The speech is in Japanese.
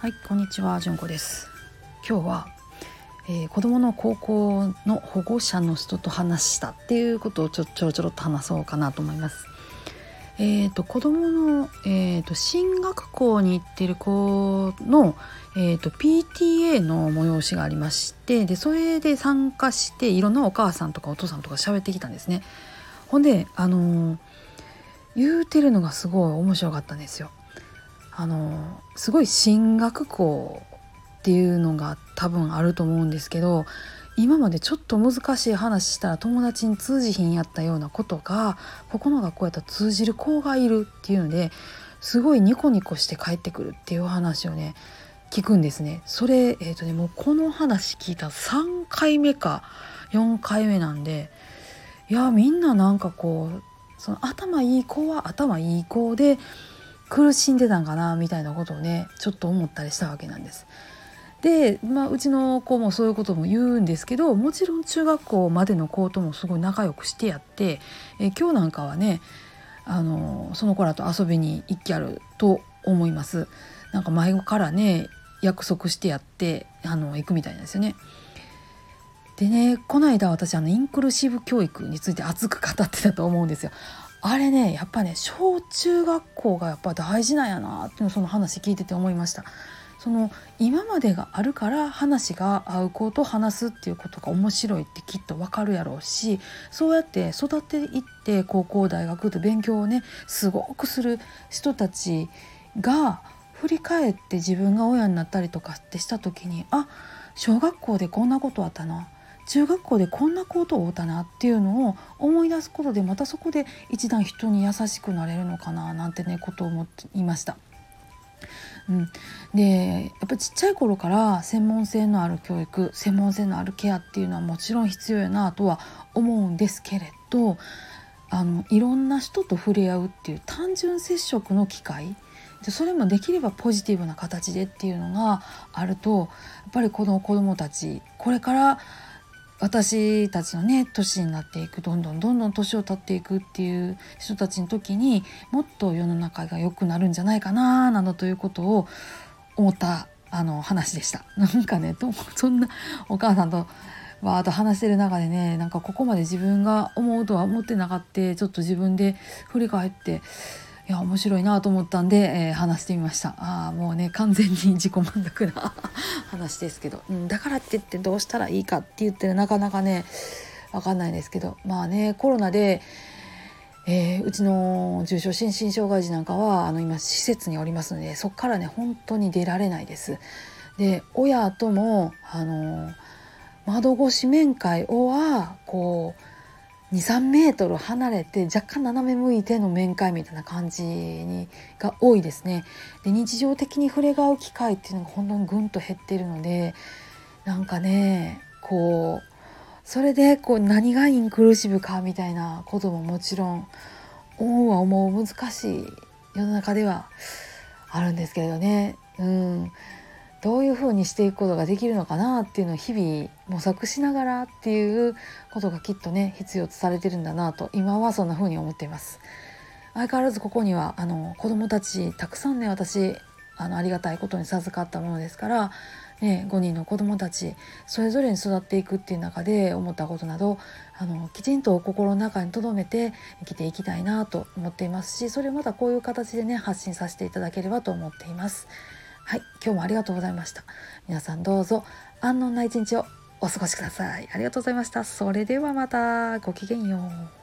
はい、こんにちは、じゅんこです。今日は、子どもの高校の保護者の人と話したっていうことをちょろっと話そうかなと思います。子どもの、進学校に行ってる子の、PTA の催しがありまして、でそれで参加していろんなお母さんとかお父さんとか喋ってきたんですね。ほんで、言うてるのがすごい面白かったんですよ。すごい進学校っていうのが多分あると思うんですけど、今までちょっと難しい話したら友達に通じひんやったようなことがここの学校やったら通じる子がいるっていうのですごいニコニコして帰ってくるっていう話をね聞くんですね。それもうこの話聞いた3回目か4回目なんで、いやみんななんかこうその頭いい子は頭いい子で苦しんでたんかなみたいなことをねちょっと思ったりしたわけなんです。で、うちの子もそういうことも言うんですけど、もちろん中学校までの子ともすごい仲良くしてやって、今日なんかはねその子らと遊びに行きあると思います。なんか前からね約束してやって行くみたいなんですよね。でね、この間私インクルーシブ教育について熱く語ってたと思うんですよ。あれねやっぱね小中学校がやっぱ大事なんやなっていうのをその話聞いてて思いました。その今までがあるから話が合う子と話すっていうことが面白いってきっと分かるやろうし、そうやって育っていって高校大学で勉強をねすごくする人たちが振り返って自分が親になったりとかってした時に、小学校でこんなことあったな、中学校でこんなことを会ったなっていうのを思い出すことでまたそこで一段人に優しくなれるのかななんてねことを思っていました。でやっぱりちっちゃい頃から専門性のある教育、専門性のあるケアっていうのはもちろん必要やなとは思うんですけれど、いろんな人と触れ合うっていう単純接触の機会で、それもできればポジティブな形でっていうのがあると、やっぱりこの子どもたちこれから私たちのね年になっていく、どんどん年を経っていくっていう人たちの時にもっと世の中が良くなるんじゃないかななどということを思った話でした。なんかねそんなお母さんとわーっと話してる中でね、なんかここまで自分が思うとは思ってなかった、ちょっと自分で振り返っていや面白いなと思ったんで、話してみました。もうね完全に自己満足な話ですけど、だからって言ってどうしたらいいかって言ってなかなかね分かんないですけど、コロナで、うちの重症心身障害児なんかは今施設におりますので、そこからね本当に出られないです。で親とも窓越し面会はこう 2,3 メートル離れて若干斜め向いての面会みたいな感じが多いですね。で日常的に触れ合う機会っていうのが本当にぐんと減ってるので、なんかねそれで何がインクルーシブかみたいなことももちろん思う難しい世の中ではあるんですけれどね。どういうふうにしていくことができるのかなっていうのを日々模索しながらっていうことがきっとね必要とされてるんだなと今はそんなふうに思っています。相変わらずここには子どもたちたくさんね私ありがたいことに授かったものですから、5人の子どもたちそれぞれに育っていくっていう中で思ったことなどきちんと心の中に留めて生きていきたいなと思っていますし、それをまたこういう形でね発信させていただければと思っています。はい、今日もありがとうございました。皆さんどうぞ安穏な一日をお過ごしください。ありがとうございました。それではまたごきげんよう。